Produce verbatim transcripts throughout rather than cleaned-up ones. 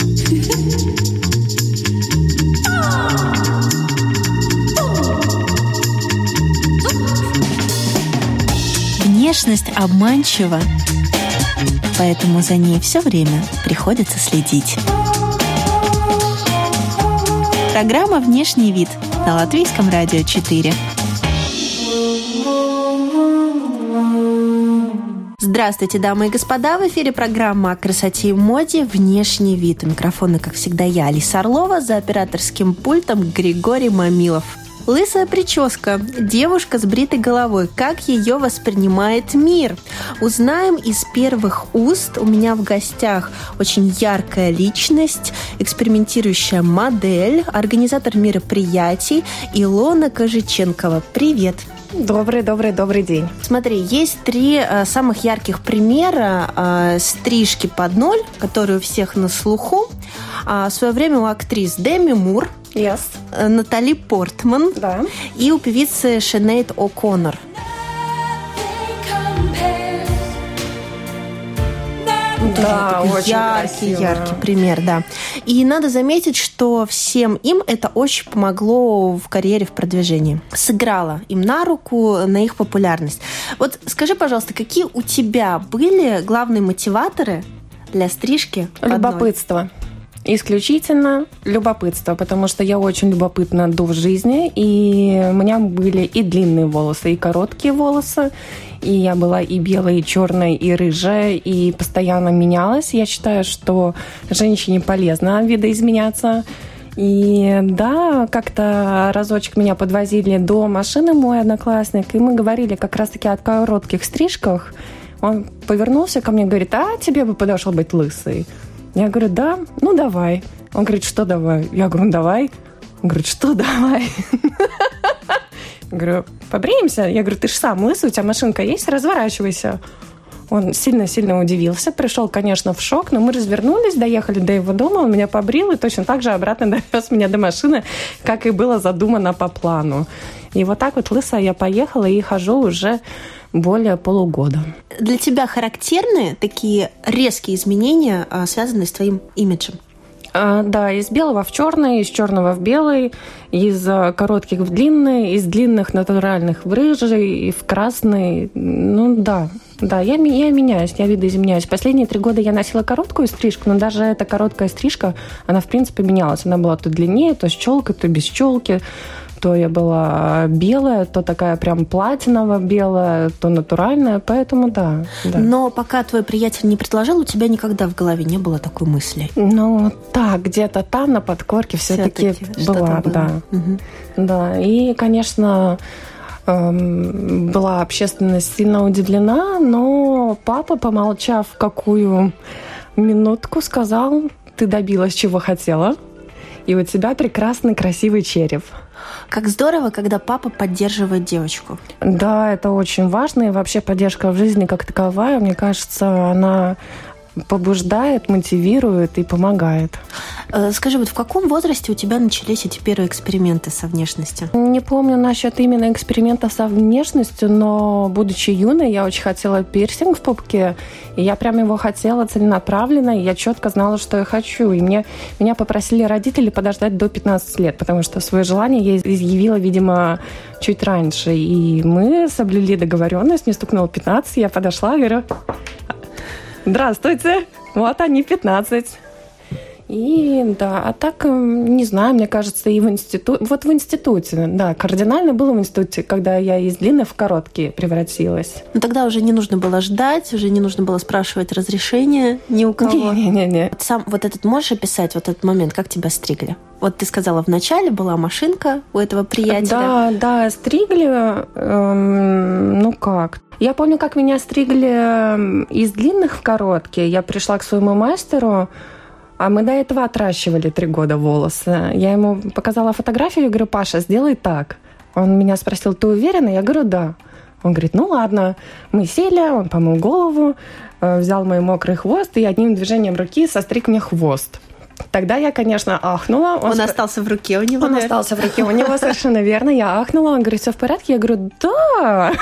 Внешность обманчива, поэтому за ней все время приходится следить. Программа «Внешний вид» на Латвийском радио четыре. Здравствуйте, дамы и господа! В эфире программа о красоте и моде «Внешний вид». У микрофона, как всегда, я, Алиса Орлова, за операторским пультом Григорий Мамилов. Лысая прическа, девушка с бритой головой. Как ее воспринимает мир? Узнаем из первых уст. У меня в гостях очень яркая личность, экспериментирующая модель, организатор мероприятий Илона Кожиченкова. Привет! Добрый, добрый, добрый день. Смотри, есть три э, самых ярких примера э, стрижки под ноль, которые у всех на слуху. А в свое время у актрис Деми Мур, Yes. Натали Портман, да. И у певицы Синейд О'Коннор. Да, очень яркий, красиво. яркий пример, да. И надо заметить, что всем им это очень помогло в карьере, в продвижении. Сыграло им на руку, на их популярность. Вот скажи, пожалуйста, какие у тебя были главные мотиваторы для стрижки? Любопытство. Исключительно любопытство, потому что я очень любопытна до жизни, и у меня были и длинные волосы, и короткие волосы, и я была и белая, и черная, и рыжая, и постоянно менялась. Я считаю, что женщине полезно видоизменяться. И да, как-то разочек меня подвозили до машины мой одноклассник, и мы говорили как раз-таки о коротких стрижках. Он повернулся ко мне и говорит: а тебе бы подошел быть лысый. Я говорю: да, ну давай. Он говорит: что давай? Я говорю: ну давай. Он говорит: что давай? Я говорю: побреемся? Я говорю: ты же сам лысый, у тебя машинка есть, разворачивайся. Он сильно-сильно удивился, пришел, конечно, в шок, но мы развернулись, доехали до его дома, он меня побрил и точно так же обратно довез меня до машины, как и было задумано по плану. И вот так вот лысая я поехала и хожу уже более полугода. Для тебя характерны такие резкие изменения, связанные с твоим имиджем? А, да, из белого в черный, из черного в белый, из коротких в длинный, из длинных натуральных в рыжий, и в красный. Ну да, да, я, я меняюсь, я видоизменяюсь. Последние три года я носила короткую стрижку, но даже эта короткая стрижка, она в принципе менялась. Она была то длиннее, то с челкой, то без челки. То я была белая, то такая прям платиново-белая, то натуральная, поэтому да, да. Но пока твой приятель не предложил, у тебя никогда в голове не было такой мысли? Ну, так, где-то там, на подкорке все-таки, все-таки была, было. Да. Угу. Да, и, конечно, эм, была общественность сильно удивлена, но папа, помолчав какую минутку, сказал: ты добилась, чего хотела, и у тебя прекрасный, красивый череп. Как здорово, когда папа поддерживает девочку. Да, это очень важно. И вообще поддержка в жизни как таковая, мне кажется, она побуждает, мотивирует и помогает. Скажи, вот в каком возрасте у тебя начались эти первые эксперименты со внешностью? Не помню насчет именно экспериментов со внешностью, но, будучи юной, я очень хотела пирсинг в пупке, и я прям его хотела целенаправленно, и я четко знала, что я хочу. И мне, меня попросили родители подождать до пятнадцати лет, потому что свое желание я изъявила, видимо, чуть раньше. И мы соблюли договоренность, мне стукнуло пятнадцать, я подошла, говорю: здравствуйте, вот они, пятнадцать. И да, а так, не знаю, мне кажется, и в институте, вот в институте, да, кардинально было в институте, когда я из длинных в короткие превратилась. Но тогда уже не нужно было ждать, уже не нужно было спрашивать разрешения ни у кого. Не-не-не. Вот сам вот этот можешь описать, вот этот момент, как тебя стригли? Вот ты сказала, в начале была машинка у этого приятеля. Да, да, стригли, эм, ну как... Я помню, как меня стригли из длинных в короткие. Я пришла к своему мастеру, а мы до этого отращивали три года волосы. Я ему показала фотографию и говорю: Паша, сделай так. Он меня спросил: ты уверена? Я говорю: да. Он говорит: ну ладно. Мы сели, он помыл голову, взял мой мокрый хвост и одним движением руки состриг мне хвост. Тогда я, конечно, ахнула. Он, он сп... остался в руке у него, Он наверное. остался в руке у него, совершенно верно. Я ахнула, он говорит, все в порядке? Я говорю, да.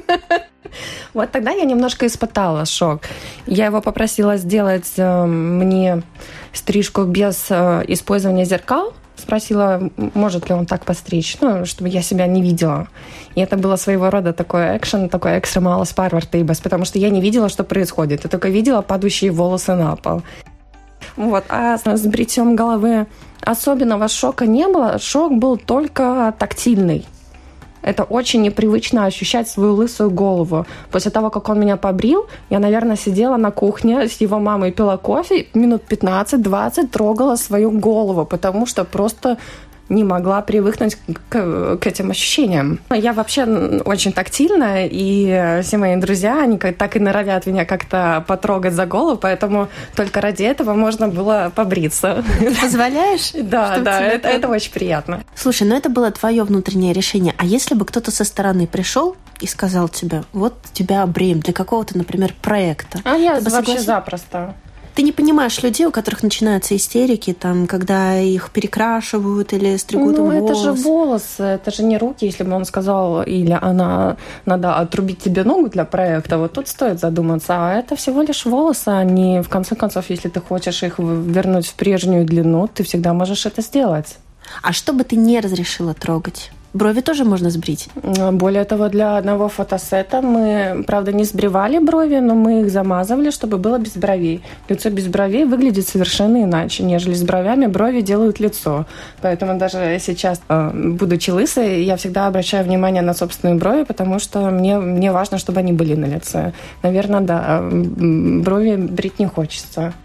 Вот тогда я немножко испытала шок. Я его попросила сделать мне стрижку без использования зеркал. Спросила, может ли он так постричь, ну, чтобы я себя не видела. И это было своего рода такой экшен, такой экстремалас парвартейбас, потому что я не видела, что происходит. Я только видела падающие волосы на пол. Вот. А с бритьем головы особенного шока не было. Шок был только тактильный. Это очень непривычно ощущать свою лысую голову. После того, как он меня побрил, я, наверное, сидела на кухне с его мамой, пила кофе, минут пятнадцать-двадцать трогала свою голову, потому что просто не могла привыкнуть к, к этим ощущениям. Я вообще очень тактильная, и все мои друзья, они так и норовят меня как-то потрогать за голову, поэтому только ради этого можно было побриться. Ты позволяешь? Да, да, это, это очень приятно. Слушай, ну это было твое внутреннее решение. А если бы кто-то со стороны пришел и сказал тебе, вот тебя обреем для какого-то, например, проекта? А я вообще запросто. Ты не понимаешь людей, у которых начинаются истерики, там, когда их перекрашивают или стригут ну, волосы. Ну, это же волосы, это же не руки. Если бы он сказал, или она, надо отрубить тебе ногу для проекта, вот тут стоит задуматься. А это всего лишь волосы, они, в конце концов, если ты хочешь их вернуть в прежнюю длину, ты всегда можешь это сделать. А что бы ты не разрешила трогать? Брови тоже можно сбрить? Более того, для одного фотосета мы, правда, не сбривали брови, но мы их замазывали, чтобы было без бровей. Лицо без бровей выглядит совершенно иначе, нежели с бровями брови делают лицо. Поэтому даже сейчас, будучи лысой, я всегда обращаю внимание на собственные брови, потому что мне, мне важно, чтобы они были на лице. Наверное, да, брови брить не хочется.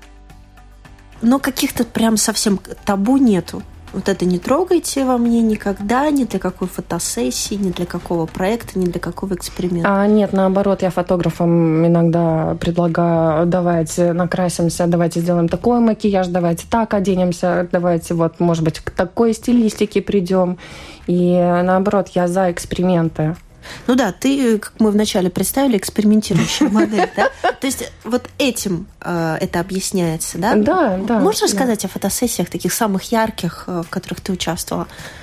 Но каких-то прям совсем табу нету? Вот это не трогайте во мне никогда, ни для какой фотосессии, ни для какого проекта, ни для какого эксперимента. А, нет, наоборот, я фотографам иногда предлагаю, давайте накрасимся, давайте сделаем такой макияж, давайте так оденемся, давайте вот, может быть, к такой стилистике придем. И наоборот, я за эксперименты. Ну да, ты, как мы вначале представили, экспериментирующая модель, да? То есть вот этим э, это объясняется, да? Да, да. Можешь рассказать да. о фотосессиях, таких самых ярких, в которых ты участвовала?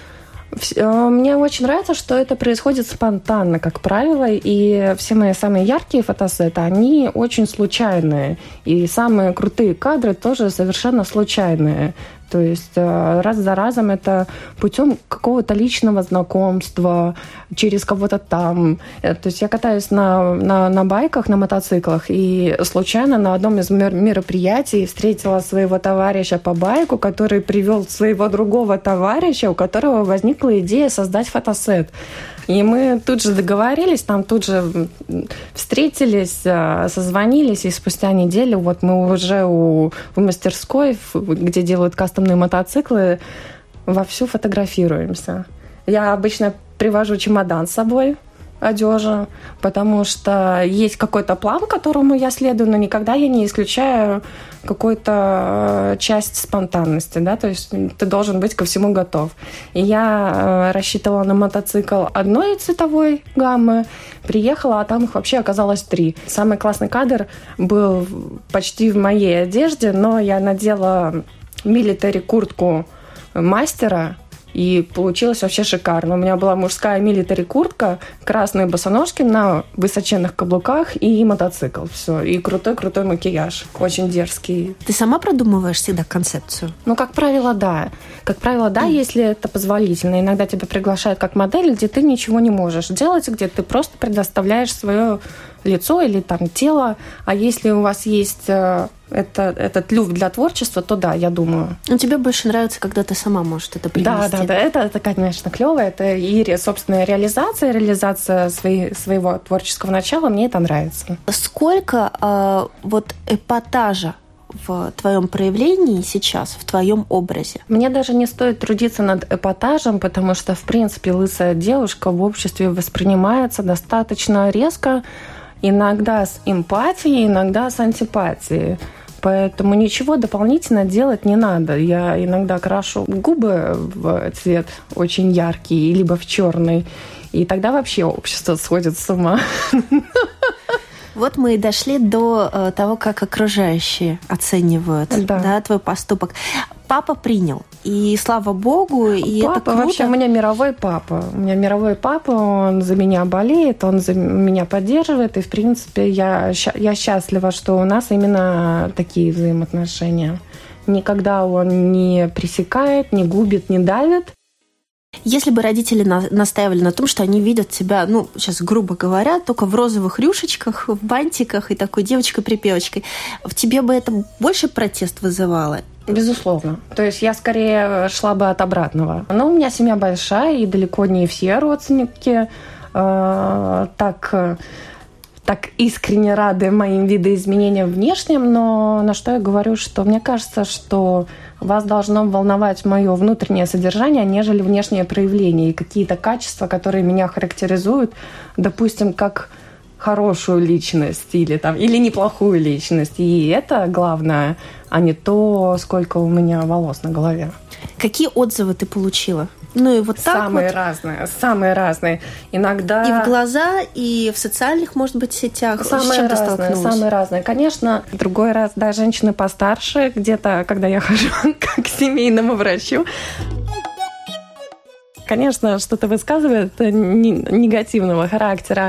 Мне очень нравится, что это происходит спонтанно, как правило, и все мои самые яркие фотосеты, они очень случайные, и самые крутые кадры тоже совершенно случайные. То есть раз за разом это путем какого-то личного знакомства, через кого-то там. То есть я катаюсь на, на, на байках, на мотоциклах, и случайно на одном из мероприятий встретила своего товарища по байку, который привел своего другого товарища, у которого возникла идея создать фотосет. И мы тут же договорились, там тут же встретились, созвонились, и спустя неделю вот мы уже у, в мастерской, где делают кастомные мотоциклы, вовсю фотографируемся. Я обычно привожу чемодан с собой, одежи, потому что есть какой-то план, которому я следую, но никогда я не исключаю какую-то часть спонтанности, да, то есть ты должен быть ко всему готов. И я рассчитывала на мотоцикл одной цветовой гаммы, приехала, а там их вообще оказалось три. Самый классный кадр был почти в моей одежде, но я надела милитари куртку мастера, и получилось вообще шикарно. У меня была мужская милитари-куртка, красные босоножки на высоченных каблуках и мотоцикл. Все. И крутой-крутой макияж. Очень дерзкий. Ты сама продумываешь всегда концепцию? Ну, как правило, да. Как правило, да, mm. если это позволительно. Иногда тебя приглашают как модель, где ты ничего не можешь делать, где ты просто предоставляешь свое лицо или там тело. А если у вас есть э, это, этот люфт для творчества, то да, я думаю. Ну, тебе больше нравится, когда ты сама можешь это привнести. Да, да, да. Это, это конечно, клево. Это и собственная реализация, реализация своей, своего творческого начала. Мне это нравится. Сколько э, вот эпатажа в твоем проявлении сейчас, в твоем образе? Мне даже не стоит трудиться над эпатажем, потому что, в принципе, лысая девушка в обществе воспринимается достаточно резко, иногда с эмпатией, иногда с антипатией. Поэтому ничего дополнительно делать не надо. Я иногда крашу губы в цвет очень яркий, либо в черный. И тогда вообще общество сходит с ума. Вот мы и дошли до э, того, как окружающие оценивают да. Да, твой поступок. Папа принял, и слава богу, и папа, это круто. Вообще у меня мировой папа. У меня мировой папа, он за меня болеет, он за меня поддерживает, и, в принципе, я, я счастлива, что у нас именно такие взаимоотношения. Никогда он не пресекает, не губит, не давит. Если бы родители на- настаивали на том, что они видят тебя, ну, сейчас грубо говоря, только в розовых рюшечках, в бантиках и такой девочкой-припевочкой, в тебе бы это больше протест вызывало? Безусловно. То есть я скорее шла бы от обратного. Но у меня семья большая, и далеко не все родственники э, так... так искренне рады моим видоизменениям внешним, но на что я говорю, что мне кажется, что вас должно волновать мое внутреннее содержание, нежели внешнее проявление и какие-то качества, которые меня характеризуют, допустим, как хорошую личность или, там, или неплохую личность. И это главное, а не то, сколько у меня волос на голове. Какие отзывы ты получила? Ну и вот так самые вот. разные, самые разные. Иногда и в глаза, и в социальных, может быть, сетях. Самые С чем разные, ты столкнулась? Самые разные. Конечно, в другой раз, да, женщины постарше, где-то, когда я хожу к семейному врачу, конечно, что-то высказывает негативного характера.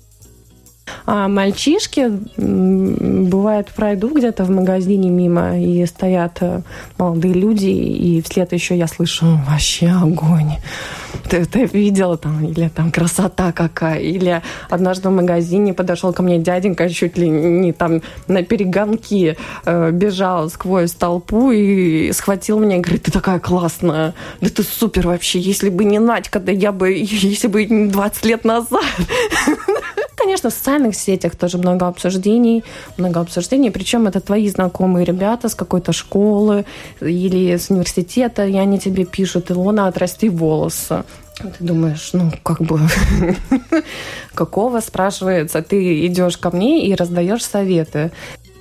А мальчишки, бывает, пройду где-то в магазине мимо, и стоят молодые люди, и вслед еще я слышу: вообще огонь. Ты, ты видела там? Или там красота какая? Или однажды в магазине подошел ко мне дяденька, чуть ли не там на перегонки э, бежал сквозь толпу и схватил меня и говорит: ты такая классная, да ты супер вообще, если бы не Надька, да я бы, если бы двадцать лет назад. Конечно, в социальных сетях тоже много обсуждений, много обсуждений, причем это твои знакомые ребята с какой-то школы или с университета, и они тебе пишут: Илона, отрасти волосы. Ты думаешь, ну, как бы, какого, спрашивается, ты идешь ко мне и раздаешь советы.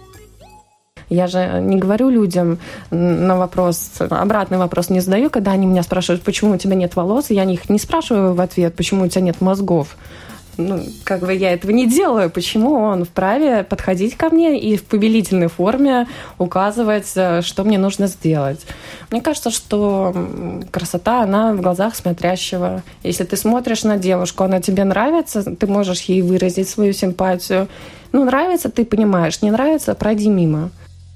Я же не говорю людям на вопрос, обратный вопрос не задаю, когда они меня спрашивают, почему у тебя нет волос, я их не спрашиваю в ответ, почему у тебя нет мозгов. Ну, как бы я этого не делаю. Почему он вправе подходить ко мне и в повелительной форме указывать, что мне нужно сделать? Мне кажется, что красота, она в глазах смотрящего. Если ты смотришь на девушку, она тебе нравится, ты можешь ей выразить свою симпатию. Ну, нравится, ты понимаешь, не нравится, пройди мимо.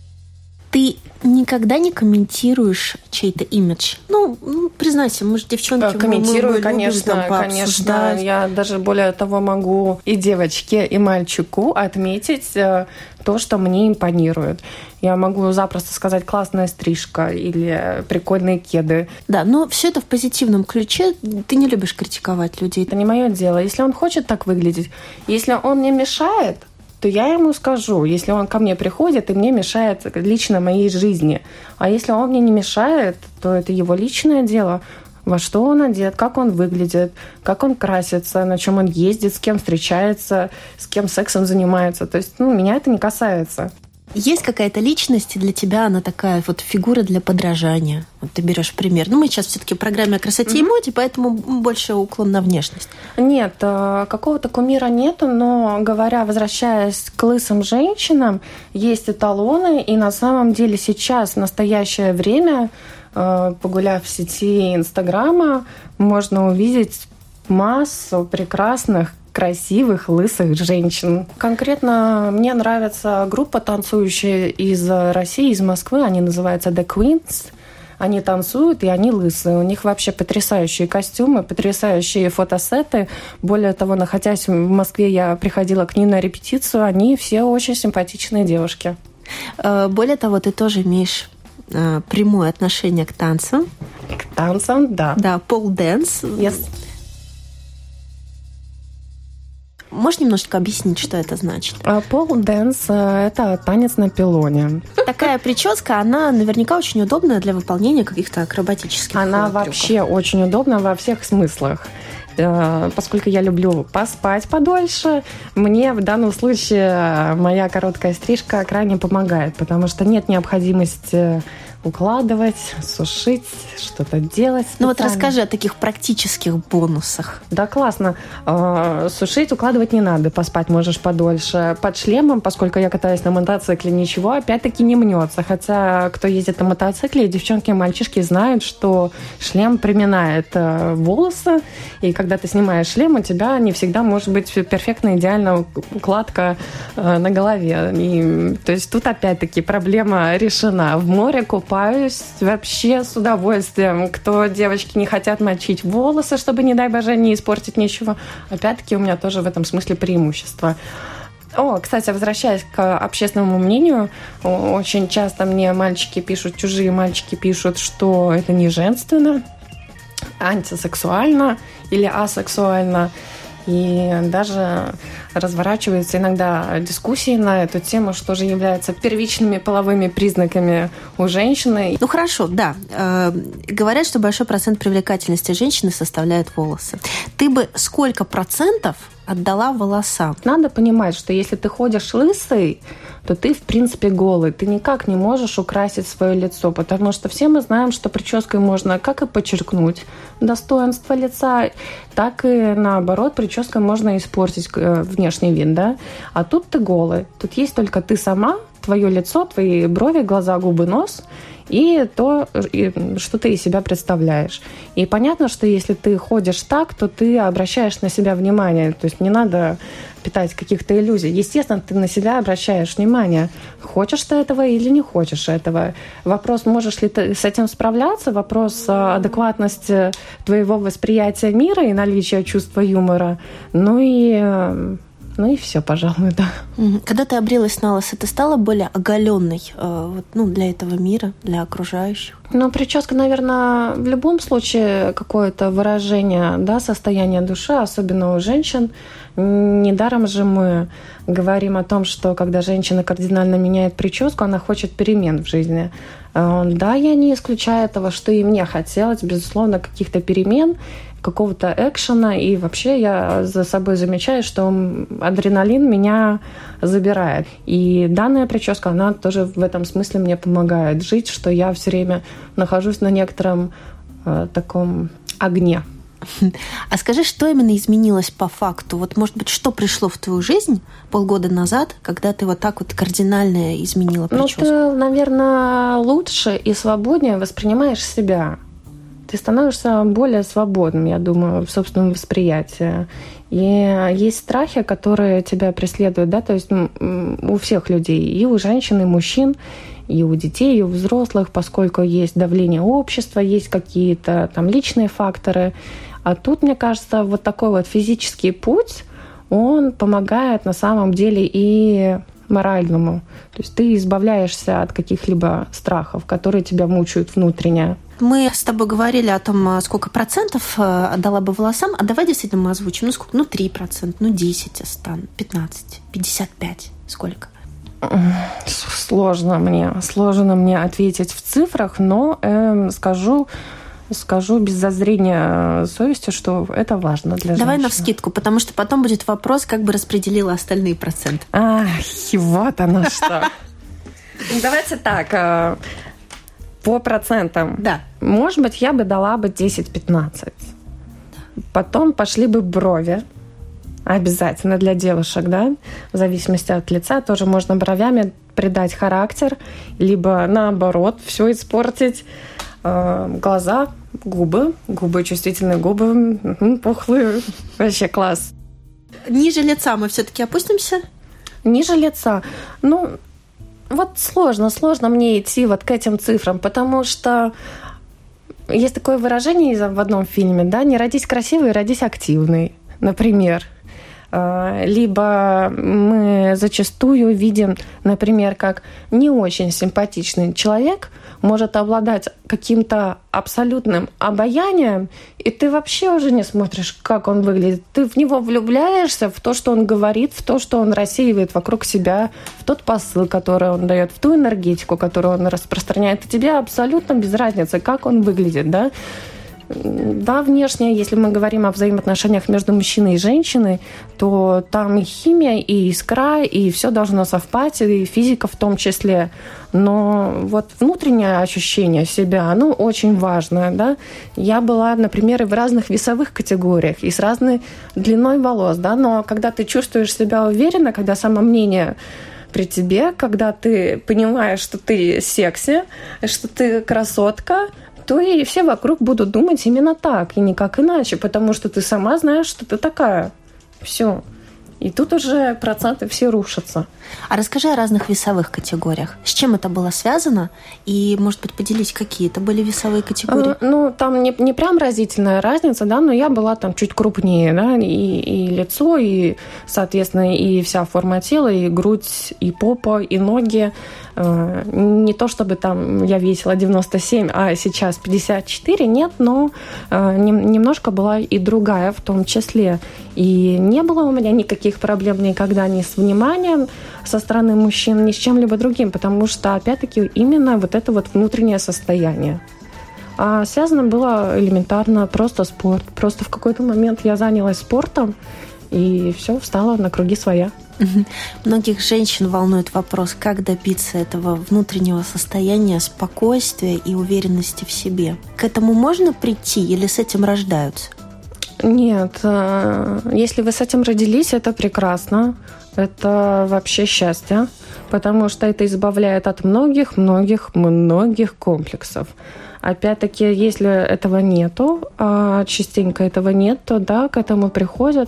Ты никогда не комментируешь чей-то имидж? Ну, ну признайся, мы же девчонки. Комментирую, мы, мы конечно, любим, там, конечно. Я даже более того могу и девочке, и мальчику отметить то, что мне импонирует. Я могу запросто сказать: классная стрижка или прикольные кеды. Да, но все это в позитивном ключе. Ты не любишь критиковать людей. Это не мое дело. Если он хочет так выглядеть, если он мне мешает, то я ему скажу, если он ко мне приходит и мне мешает лично моей жизни. А если он мне не мешает, то это его личное дело. Во что он одет, как он выглядит, как он красится, на чем он ездит, с кем встречается, с кем сексом занимается. То есть, ну, меня это не касается. Есть какая-то личность, и для тебя она такая вот фигура для подражания? Вот ты берешь пример. Ну, мы сейчас все-таки в программе о красоте mm-hmm. и моде, поэтому больше уклон на внешность. Нет, какого-то кумира нету, но, говоря, возвращаясь к лысым женщинам, есть эталоны, и на самом деле сейчас, в настоящее время, погуляв в сети Инстаграма, можно увидеть массу прекрасных, красивых, лысых женщин. Конкретно мне нравится группа танцующая из России, из Москвы. Они называются The Queens. Они танцуют, и они лысые. У них вообще потрясающие костюмы, потрясающие фотосеты. Более того, находясь в Москве, я приходила к ним на репетицию. Они все очень симпатичные девушки. Более того, ты тоже имеешь прямое отношение к танцам. К танцам, да. Да, пол-дэнс. Yes. Можешь немножечко объяснить, что это значит? Пол-дэнс – это танец на пилоне. Такая прическа, она наверняка очень удобная для выполнения каких-то акробатических Она трюков. Вообще очень удобна во всех смыслах. Поскольку я люблю поспать подольше, мне в данном случае моя короткая стрижка крайне помогает, потому что нет необходимости укладывать, сушить, что-то делать. Ну вот расскажи о таких практических бонусах. Да, классно. Сушить, укладывать не надо, поспать можешь подольше. Под шлемом, поскольку я катаюсь на мотоцикле, ничего опять-таки не мнется. Хотя кто ездит на мотоцикле, девчонки и мальчишки знают, что шлем приминает волосы, и когда ты снимаешь шлем, у тебя не всегда может быть перфектная, идеальная укладка на голове. И, то есть тут опять-таки проблема решена. В море купаться вообще с удовольствием. Кто, девочки, не хотят мочить волосы, чтобы, не дай боже, не испортить ничего. Опять-таки, у меня тоже в этом смысле преимущество. О, кстати, возвращаясь к общественному мнению, очень часто мне мальчики пишут, чужие мальчики пишут, что это не женственно, антисексуально или асексуально. И даже разворачиваются иногда дискуссии на эту тему, что же является первичными половыми признаками у женщины. Ну хорошо, да. Э, говорят, что большой процент привлекательности женщины составляют волосы. Ты бы сколько процентов отдала волосам? Надо понимать, что если ты ходишь лысый, то ты, в принципе, голый. Ты никак не можешь украсить свое лицо, потому что все мы знаем, что прической можно как и подчеркнуть достоинство лица, так и, наоборот, прической можно испортить внешний вид, да? А тут ты голый. Тут есть только ты сама, твое лицо, твои брови, глаза, губы, нос и то, что ты из себя представляешь. И понятно, что если ты ходишь так, то ты обращаешь на себя внимание. То есть не надо питать каких-то иллюзий. Естественно, ты на себя обращаешь внимание. Хочешь ты этого или не хочешь этого. Вопрос, можешь ли ты с этим справляться, вопрос адекватности твоего восприятия мира и наличия чувства юмора. Ну и... Ну и все, пожалуй, да. Когда ты обрилась на лысо, ты стала более оголенной э, вот, ну, для этого мира, для окружающих? Ну, прическа, наверное, в любом случае какое-то выражение, да, состояния души, особенно у женщин. Недаром же мы говорим о том, что когда женщина кардинально меняет прическу, она хочет перемен в жизни. Да, я не исключаю этого, что и мне хотелось, безусловно, каких-то перемен, какого-то экшена, и вообще я за собой замечаю, что адреналин меня забирает. И данная прическа, она тоже в этом смысле мне помогает жить, что я все время нахожусь на некотором э, таком огне. А скажи, что именно изменилось по факту? Вот, может быть, что пришло в твою жизнь полгода назад, когда ты вот так вот кардинально изменила прическу? Ну, ты, наверное, лучше и свободнее воспринимаешь себя. Ты становишься более свободным, я думаю, в собственном восприятии. И есть страхи, которые тебя преследуют, да, то есть у всех людей, и у женщин, и мужчин, и у детей, и у взрослых, поскольку есть давление общества, есть какие-то там личные факторы. А тут, мне кажется, вот такой вот физический путь, он помогает на самом деле и моральному. То есть ты избавляешься от каких-либо страхов, которые тебя мучают внутренне. Мы с тобой говорили о том, сколько процентов отдала бы волосам, а давай действительно мы озвучим. Ну сколько? Ну три процента, ну десять, пятнадцать, пятьдесят пять. Сколько? Сложно мне, сложно мне ответить в цифрах, но э, скажу, скажу без зазрения совести, что это важно для женщины. Давай навскидку, потому что потом будет вопрос, как бы распределила остальные проценты. Ах, вот оно что. Давайте так, по процентам. Да. Может быть, я бы дала бы десять-пятнадцать. Потом пошли бы брови. Обязательно для девушек, да, в зависимости от лица. Тоже можно бровями придать характер, либо наоборот все испортить. Глаза, губы, губы, чувствительные губы, пухлые, вообще класс. Ниже лица мы все-таки опустимся? Ниже лица, ну, вот сложно, сложно мне идти вот к этим цифрам, потому что есть такое выражение в одном фильме, да, не родись красивой, родись активной, например. Либо мы зачастую видим, например, как не очень симпатичный человек может обладать каким-то абсолютным обаянием, и ты вообще уже не смотришь, как он выглядит. Ты в него влюбляешься, в то, что он говорит, в то, что он рассеивает вокруг себя, в тот посыл, который он дает, в ту энергетику, которую он распространяет. И тебе абсолютно без разницы, как он выглядит, да? Да, внешне, если мы говорим о взаимоотношениях между мужчиной и женщиной, то там и химия, и искра, и все должно совпасть, и физика в том числе. Но вот внутреннее ощущение себя, оно очень важное. Да? Я была, например, и в разных весовых категориях, и с разной длиной волос. Да? Но когда ты чувствуешь себя уверенно, когда самомнение при тебе, когда ты понимаешь, что ты секси, что ты красотка, то и все вокруг будут думать именно так, и никак иначе, потому что ты сама знаешь, что ты такая. Все. И тут уже проценты все рушатся. А расскажи о разных весовых категориях. С чем это было связано? И, может быть, поделись, какие это были весовые категории? А, ну, там не, не прям разительная разница, да, но я была там чуть крупнее, да, и, и лицо, и, соответственно, и вся форма тела, и грудь, и попа, и ноги. Не то чтобы там я весила девяносто семь, а сейчас пятьдесят четыре, нет, но немножко была и другая в том числе. И не было у меня никаких проблем никогда ни с вниманием со стороны мужчин, ни с чем-либо другим, потому что, опять-таки, именно вот это вот внутреннее состояние. А связано было элементарно просто спорт. Просто в какой-то момент я занялась спортом, и все, встала на круги своя. Многих женщин волнует вопрос, как добиться этого внутреннего состояния, спокойствия и уверенности в себе. К этому можно прийти или с этим рождаются? Нет, если вы с этим родились, это прекрасно, это вообще счастье, потому что это избавляет от многих-многих-многих комплексов. Опять-таки, если этого нету, а частенько этого нет, то да, к этому приходят.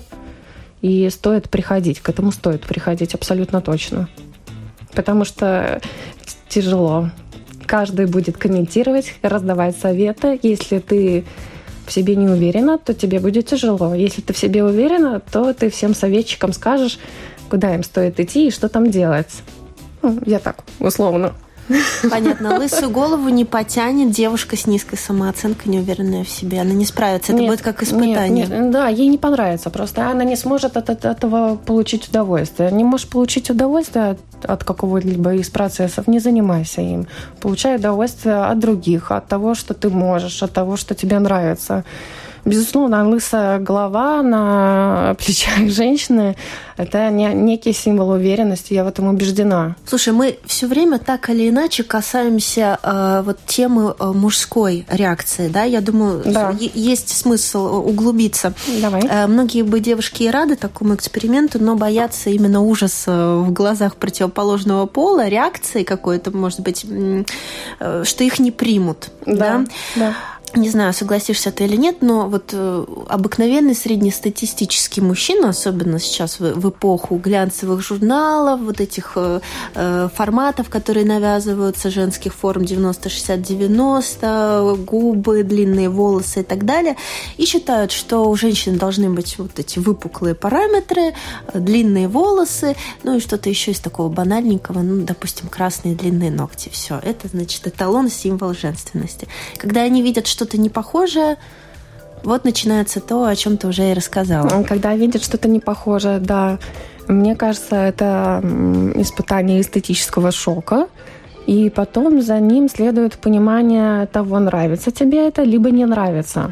И стоит приходить, к этому стоит приходить абсолютно точно. Потому что тяжело. Каждый будет комментировать, раздавать советы. Если ты в себе не уверена, то тебе будет тяжело. Если ты в себе уверена, то ты всем советчикам скажешь, куда им стоит идти и что там делать. Ну, я так, условно. Понятно. Лысую голову не потянет девушка с низкой самооценкой, неуверенная в себе. Она не справится. Это нет, будет как испытание. Нет, нет, да, ей не понравится. Просто она не сможет от, от этого получить удовольствие. Не можешь получить удовольствие от, от какого-либо из процессов, не занимайся им. Получай удовольствие от других, от того, что ты можешь, от того, что тебе нравится. Безусловно, лысая голова на плечах женщины – это не, некий символ уверенности, я в этом убеждена. Слушай, мы все время так или иначе касаемся э, вот темы э, мужской реакции, да? Я думаю, да. Есть смысл углубиться. Давай. Э, многие бы девушки и рады такому эксперименту, но боятся именно ужаса в глазах противоположного пола, реакции какой-то, может быть, э, что их не примут. Да, да. да. Не знаю, согласишься ты или нет, но вот э, обыкновенный среднестатистический мужчина, особенно сейчас в, в эпоху глянцевых журналов, вот этих э, э, форматов, которые навязываются, женских форм девяносто шестьдесят девяносто, губы, длинные волосы и так далее, и считают, что у женщин должны быть вот эти выпуклые параметры, длинные волосы, ну и что-то еще из такого банальненького, ну, допустим, красные длинные ногти. Все, это, значит, эталон, символ женственности. Когда они видят что-то непохожее, вот начинается то, о чем ты уже и рассказала. Когда видят что-то непохожее, да, мне кажется, это испытание эстетического шока, и потом за ним следует понимание того, нравится тебе это, либо не нравится.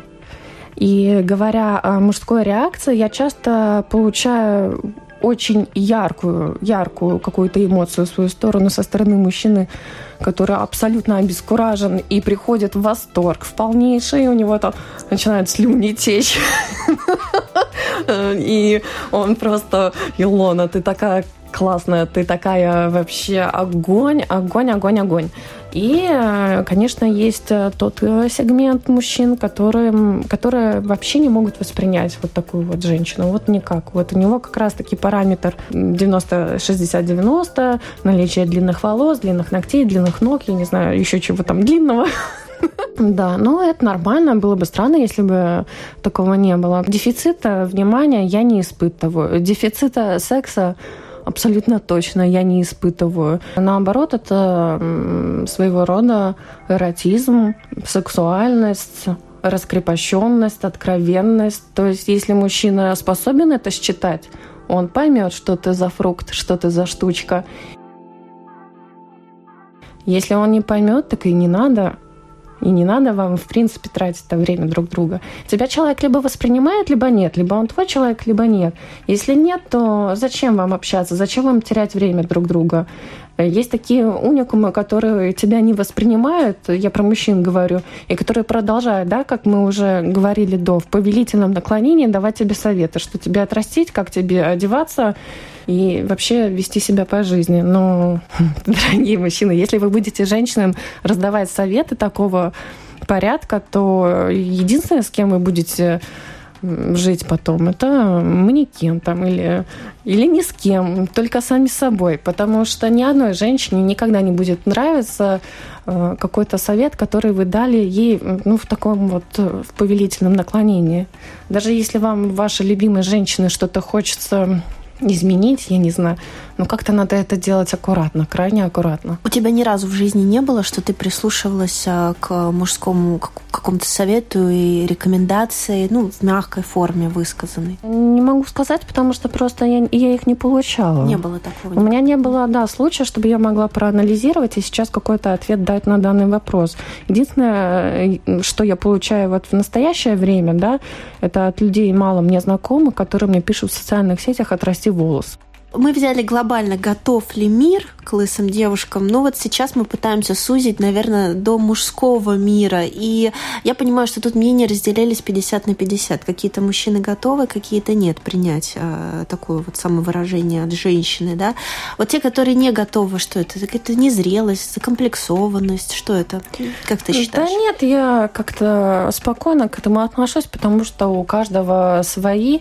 И говоря о мужской реакции, я часто получаю очень яркую, яркую какую-то эмоцию в свою сторону со стороны мужчины, который абсолютно обескуражен и приходит в восторг в полнейший, у него там начинают слюни течь. И он просто: Илона, ты такая классная, ты такая вообще огонь, огонь, огонь, огонь. И, конечно, есть тот сегмент мужчин, которые, которые вообще не могут воспринять вот такую вот женщину. Вот никак. Вот у него как раз-таки параметр девяносто шестьдесят девяносто, наличие длинных волос, длинных ногтей, длинных ног, я не знаю, еще чего там длинного. Да, но это нормально. Было бы странно, если бы такого не было. Дефицита внимания я не испытываю. Дефицита секса абсолютно точно я не испытываю. Наоборот, это своего рода эротизм, сексуальность, раскрепощенность, откровенность. То есть, если мужчина способен это считать, он поймет, что ты за фрукт, что ты за штучка. Если он не поймет, так и не надо. И не надо вам, в принципе, тратить это время друг друга. Тебя человек либо воспринимает, либо нет. Либо он твой человек, либо нет. Если нет, то зачем вам общаться? Зачем вам терять время друг друга? Есть такие уникумы, которые тебя не воспринимают, я про мужчин говорю, и которые продолжают, да, как мы уже говорили до, в повелительном наклонении давать тебе советы, что тебе отрастить, как тебе одеваться и вообще вести себя по жизни. Но, дорогие мужчины, если вы будете женщинам раздавать советы такого порядка, то единственное, с кем вы будете жить потом, это манекен там или, или ни с кем, только сами с собой. Потому что ни одной женщине никогда не будет нравиться э, какой-то совет, который вы дали ей ну, в таком вот в повелительном наклонении. Даже если вам, вашей любимой женщины, что-то хочется изменить, я не знаю, но как-то надо это делать аккуратно, крайне аккуратно. У тебя ни разу в жизни не было, что ты прислушивалась к мужскому к какому-то совету и рекомендации, ну, в мягкой форме высказанной? Не могу сказать, потому что просто я, я их не получала. Не было такого? У меня не было, да, случая, чтобы я могла проанализировать и сейчас какой-то ответ дать на данный вопрос. Единственное, что я получаю вот в настоящее время, да, это от людей мало мне знакомых, которые мне пишут в социальных сетях «отрасти волос». Мы взяли глобально, готов ли мир к лысым девушкам, но вот сейчас мы пытаемся сузить, наверное, до мужского мира. И я понимаю, что тут мнения разделялись пятьдесят на пятьдесят. Какие-то мужчины готовы, какие-то нет принять э, такое вот самовыражение от женщины. Да? Вот те, которые не готовы, что это? Это незрелость, закомплексованность, что это? Как ты считаешь? Да нет, я как-то спокойно к этому отношусь, потому что у каждого свои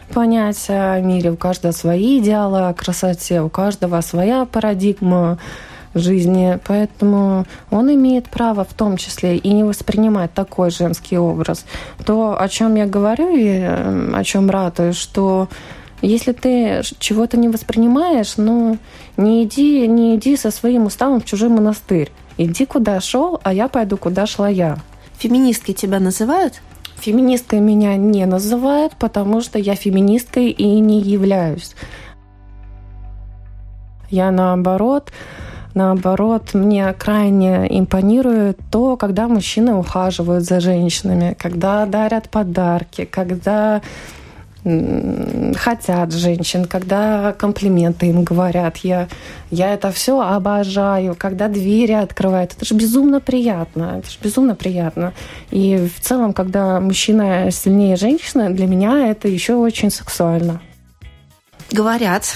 понятия о мире, у каждого свои идеалы о красоте, у каждого своя парадигма жизни, поэтому он имеет право в том числе и не воспринимать такой женский образ. То, о чем я говорю и о чем ратую, что если ты чего-то не воспринимаешь, ну, не иди, не иди со своим уставом в чужой монастырь. Иди куда шел, а я пойду куда шла я. Феминисткой тебя называют? Феминисткой меня не называют, потому что я феминисткой и не являюсь. Я наоборот, наоборот, мне крайне импонирует то, когда мужчины ухаживают за женщинами, когда дарят подарки, когда хотят женщин, когда комплименты им говорят. Я, я это все обожаю. Когда двери открывают, это же безумно приятно. Это же безумно приятно. И в целом, когда мужчина сильнее женщины, для меня это еще очень сексуально. Говорят,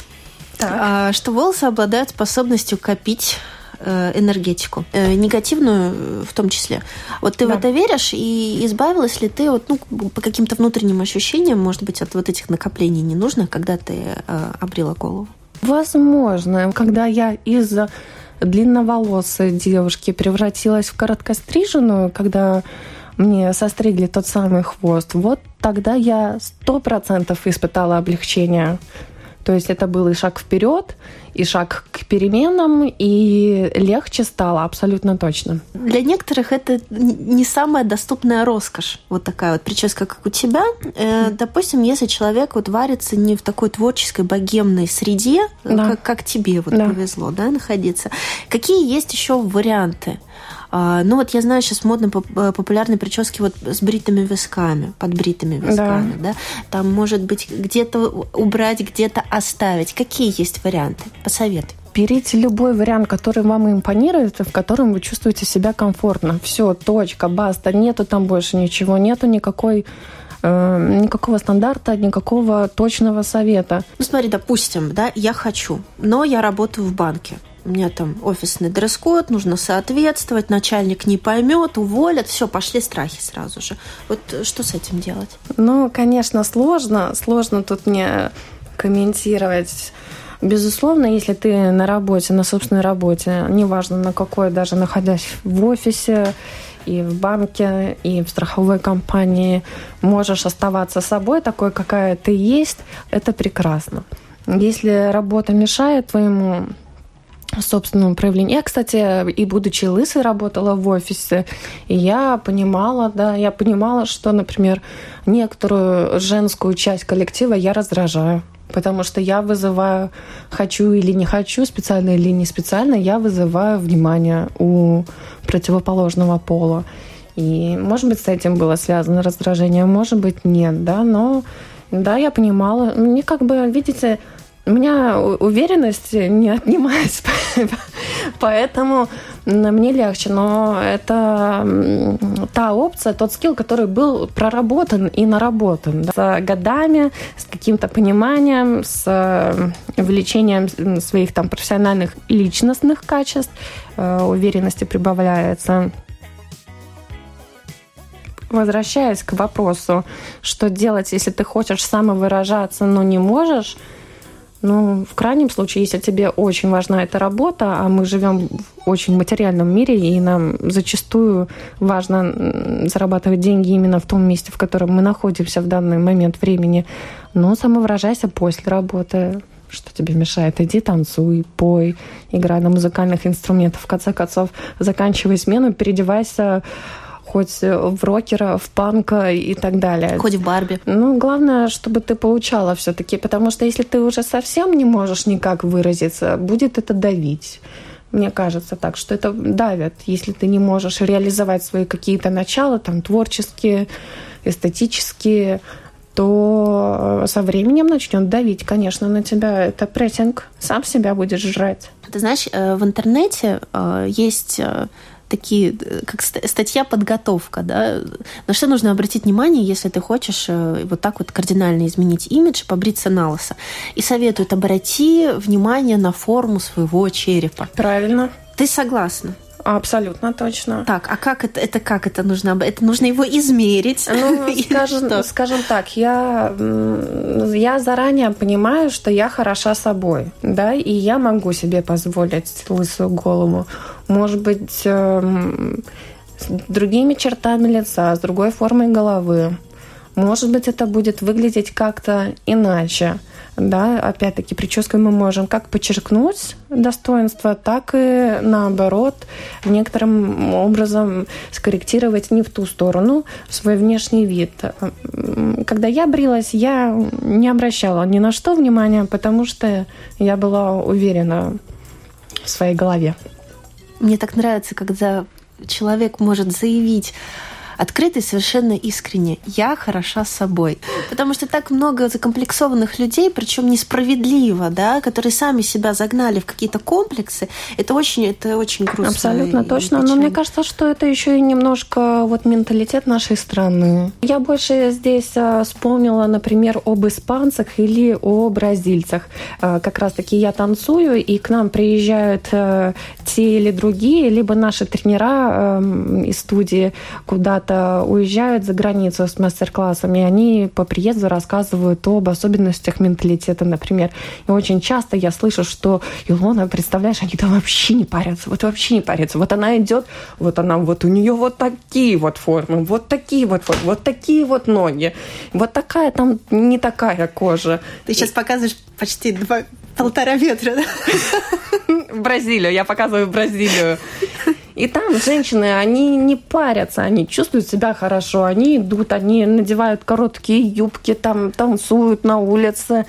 так. что волосы обладают способностью копить энергетику, негативную в том числе. Вот ты да. в это веришь, и избавилась ли ты вот, ну, по каким-то внутренним ощущениям, может быть, от вот этих накоплений ненужных, когда ты э, обрела голову? Возможно. Когда я из длинноволосой девушки превратилась в короткостриженную, когда мне состригли тот самый хвост, вот тогда я сто процентов испытала облегчение. То есть это был и шаг вперед, и шаг к переменам, и легче стало абсолютно точно. Для некоторых это не самая доступная роскошь, вот такая вот прическа, как у тебя. Э, допустим, если человек вот варится не в такой творческой богемной среде, да. как, как тебе вот да. повезло, да, находиться. Какие есть еще варианты? Ну вот я знаю, сейчас модно популярные прически вот с бритыми висками, под бритыми висками, да. да? Там может быть где-то убрать, где-то оставить. Какие есть варианты? Посоветуй. Берите любой вариант, который вам импонирует, в котором вы чувствуете себя комфортно. Все, точка, баста, нету там больше ничего, нету никакой э, никакого стандарта, никакого точного совета. Ну смотри, допустим, да, я хочу, но я работаю в банке. У меня там офисный дресс-код, нужно соответствовать, начальник не поймет, уволят, все, пошли страхи сразу же. Вот что с этим делать? Ну, конечно, сложно. Сложно тут мне комментировать. Безусловно, если ты на работе, на собственной работе, неважно на какой, даже находясь в офисе, и в банке, и в страховой компании, можешь оставаться собой, такой, какая ты есть, это прекрасно. Если работа мешает твоему собственному проявлению. Я, кстати, и будучи лысой, работала в офисе, и я понимала, да, я понимала, что, например, некоторую женскую часть коллектива я раздражаю. Потому что я вызываю, хочу или не хочу, специально или не специально, я вызываю внимание у противоположного пола. И, может быть, с этим было связано раздражение, может быть, нет, да, но, да, я понимала. Мне как бы, видите, у меня уверенность не отнимается, поэтому мне легче. Но это та опция, тот скилл, который был проработан и наработан, да, с годами, с каким-то пониманием, с увеличением своих там профессиональных и личностных качеств, уверенности прибавляется. Возвращаясь к вопросу, что делать, если ты хочешь самовыражаться, но не можешь, ну, в крайнем случае, если тебе очень важна эта работа, а мы живем в очень материальном мире, и нам зачастую важно зарабатывать деньги именно в том месте, в котором мы находимся в данный момент времени, ну, самовыражайся после работы. Что тебе мешает? Иди танцуй, пой, играй на музыкальных инструментах. В конце концов, заканчивай смену, переодевайся хоть в рокера, в панка и так далее. Хоть в Барби. Ну, главное, чтобы ты получала все-таки, потому что если ты уже совсем не можешь никак выразиться, будет это давить. Мне кажется так, что это давит, если ты не можешь реализовать свои какие-то начала, там, творческие, эстетические, то со временем начнет давить, конечно, на тебя. Это прессинг, сам себя будешь жрать. Ты знаешь, в интернете есть такие, как статья «Подготовка», да, на что нужно обратить внимание, если ты хочешь вот так вот кардинально изменить имидж, побриться на лысо. И советуют: обрати внимание на форму своего черепа. Правильно. Ты согласна? Абсолютно точно. Так, а как это, это как это нужно? Это нужно его измерить? Ну, скажем, скажем так, я, я заранее понимаю, что я хороша собой, да, и я могу себе позволить лысую голову. Может быть, с другими чертами лица, с другой формой головы. Может быть, это будет выглядеть как-то иначе. Да, опять-таки, прической мы можем как подчеркнуть достоинство, так и, наоборот, некоторым образом скорректировать не в ту сторону свой внешний вид. Когда я брилась, я не обращала ни на что внимания, потому что я была уверена в своей голове. Мне так нравится, когда человек может заявить открыто и совершенно искренне: я хороша собой. Потому что так много закомплексованных людей, причем несправедливо, да, которые сами себя загнали в какие-то комплексы. Это очень, это очень грустно. Абсолютно точно. Но мне кажется, что это еще и немножко вот менталитет нашей страны. Я больше здесь вспомнила, например, об испанцах или о бразильцах. Как раз-таки я танцую, и к нам приезжают те или другие, либо наши тренера из студии куда-то уезжают за границу с мастер-классами, и они по приезду рассказывают об особенностях менталитета, например. И очень часто я слышу, что Илона, представляешь, они там вообще не парятся, вот вообще не парятся. Вот она идет, вот она, вот у нее вот такие вот формы, вот такие вот формы, вот такие вот ноги, вот такая там не такая кожа. Ты сейчас и... показываешь почти два, полтора метра, да? В Бразилию, я показываю Бразилию. И там женщины, они не парятся, они чувствуют себя хорошо, они идут, они надевают короткие юбки, там танцуют на улице,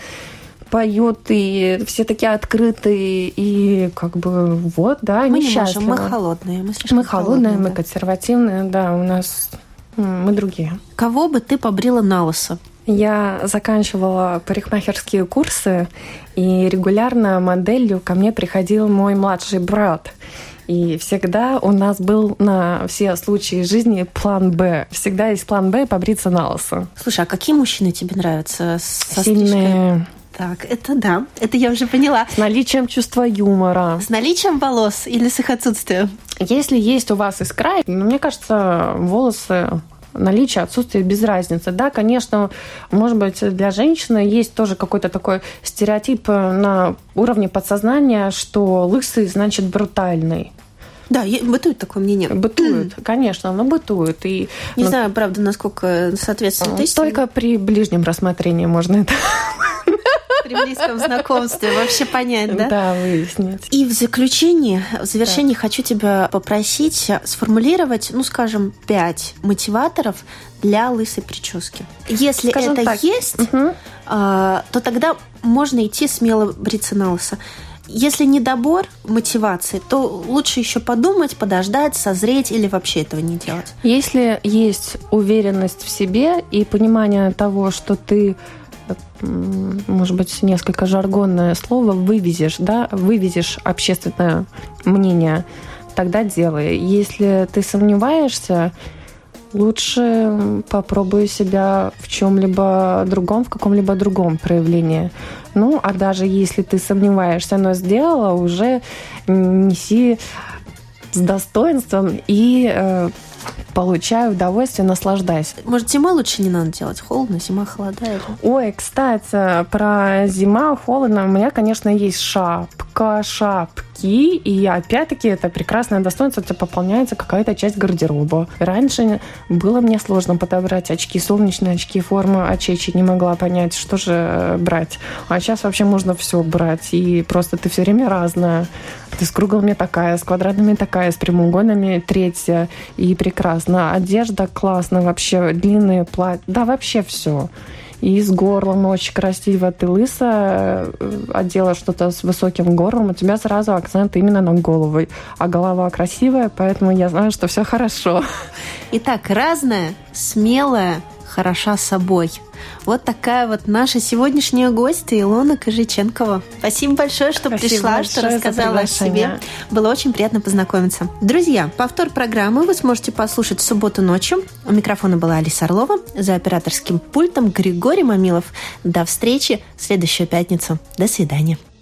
поют, и все такие открытые, и как бы вот, да, они мы счастливы. Мы холодные, мы слишком Мы холодные, холодные, мы да. консервативные, да, у нас мы другие. Кого бы ты побрила на лысо? Я заканчивала парикмахерские курсы, и регулярно моделью ко мне приходил мой младший брат. И всегда у нас был на все случаи жизни план «Б». Всегда есть план «Б» — побриться на лысо. Слушай, а какие мужчины тебе нравятся? Со Сильные. Так, это да, это я уже поняла. С наличием чувства юмора. С наличием волос или с их отсутствием? Если есть у вас искра, ну, мне кажется, волосы... Наличие, отсутствие, без разницы. Да, конечно, может быть, для женщины есть тоже какой-то такой стереотип на уровне подсознания, что лысый значит брутальный. Да, бытует такое мнение. Бытует, конечно, но бытует. И, Не ну, знаю, правда, насколько соответствует истине. Только при ближнем рассмотрении можно это... При при близком знакомстве вообще понять, да? Да, выяснить. И в заключении, в завершении да. хочу тебя попросить сформулировать, ну, скажем, пять мотиваторов для лысой прически. Если скажем это так. есть, угу. то тогда можно идти смело бриться на лысо. Если недобор мотивации, то лучше еще подумать, подождать, созреть или вообще этого не делать. Если есть уверенность в себе и понимание того, что ты, может быть, несколько жаргонное слово, вывезешь, да, вывезешь общественное мнение, тогда делай. Если ты сомневаешься, лучше попробуй себя в чем-либо другом, в каком-либо другом проявлении. Ну, а даже если ты сомневаешься, но сделала, уже неси с достоинством и э, получай удовольствие, наслаждайся. Может, зимой лучше не надо делать? Холодно, зима холодает. Ой, кстати, про зима, холодно. У меня, конечно, есть шапка, шапки. И опять-таки это прекрасное достоинство, у тебя пополняется какая-то часть гардероба. Раньше было мне сложно подобрать очки, солнечные очки, форму очечи, не могла понять, что же брать. А сейчас вообще можно все брать, и просто ты все время разная. Ты с круглыми такая, с квадратными такая, с прямоугольными третья, и прекрасно. Одежда классная, вообще длинные платья, да, вообще все. И с горлом очень красиво. Ты лысая, одела что-то с высоким горлом, у тебя сразу акцент именно на голову. А голова красивая, поэтому я знаю, что все хорошо. Итак, разная, смелая, хороша собой. Вот такая вот наша сегодняшняя гостья Илона Кожиченкова. Спасибо большое, что Спасибо пришла, большое, что рассказала о себе. Было очень приятно познакомиться. Друзья, повтор программы вы сможете послушать в субботу ночью. У микрофона была Алиса Орлова, за операторским пультом Григорий Мамилов. До встречи в следующую пятницу. До свидания.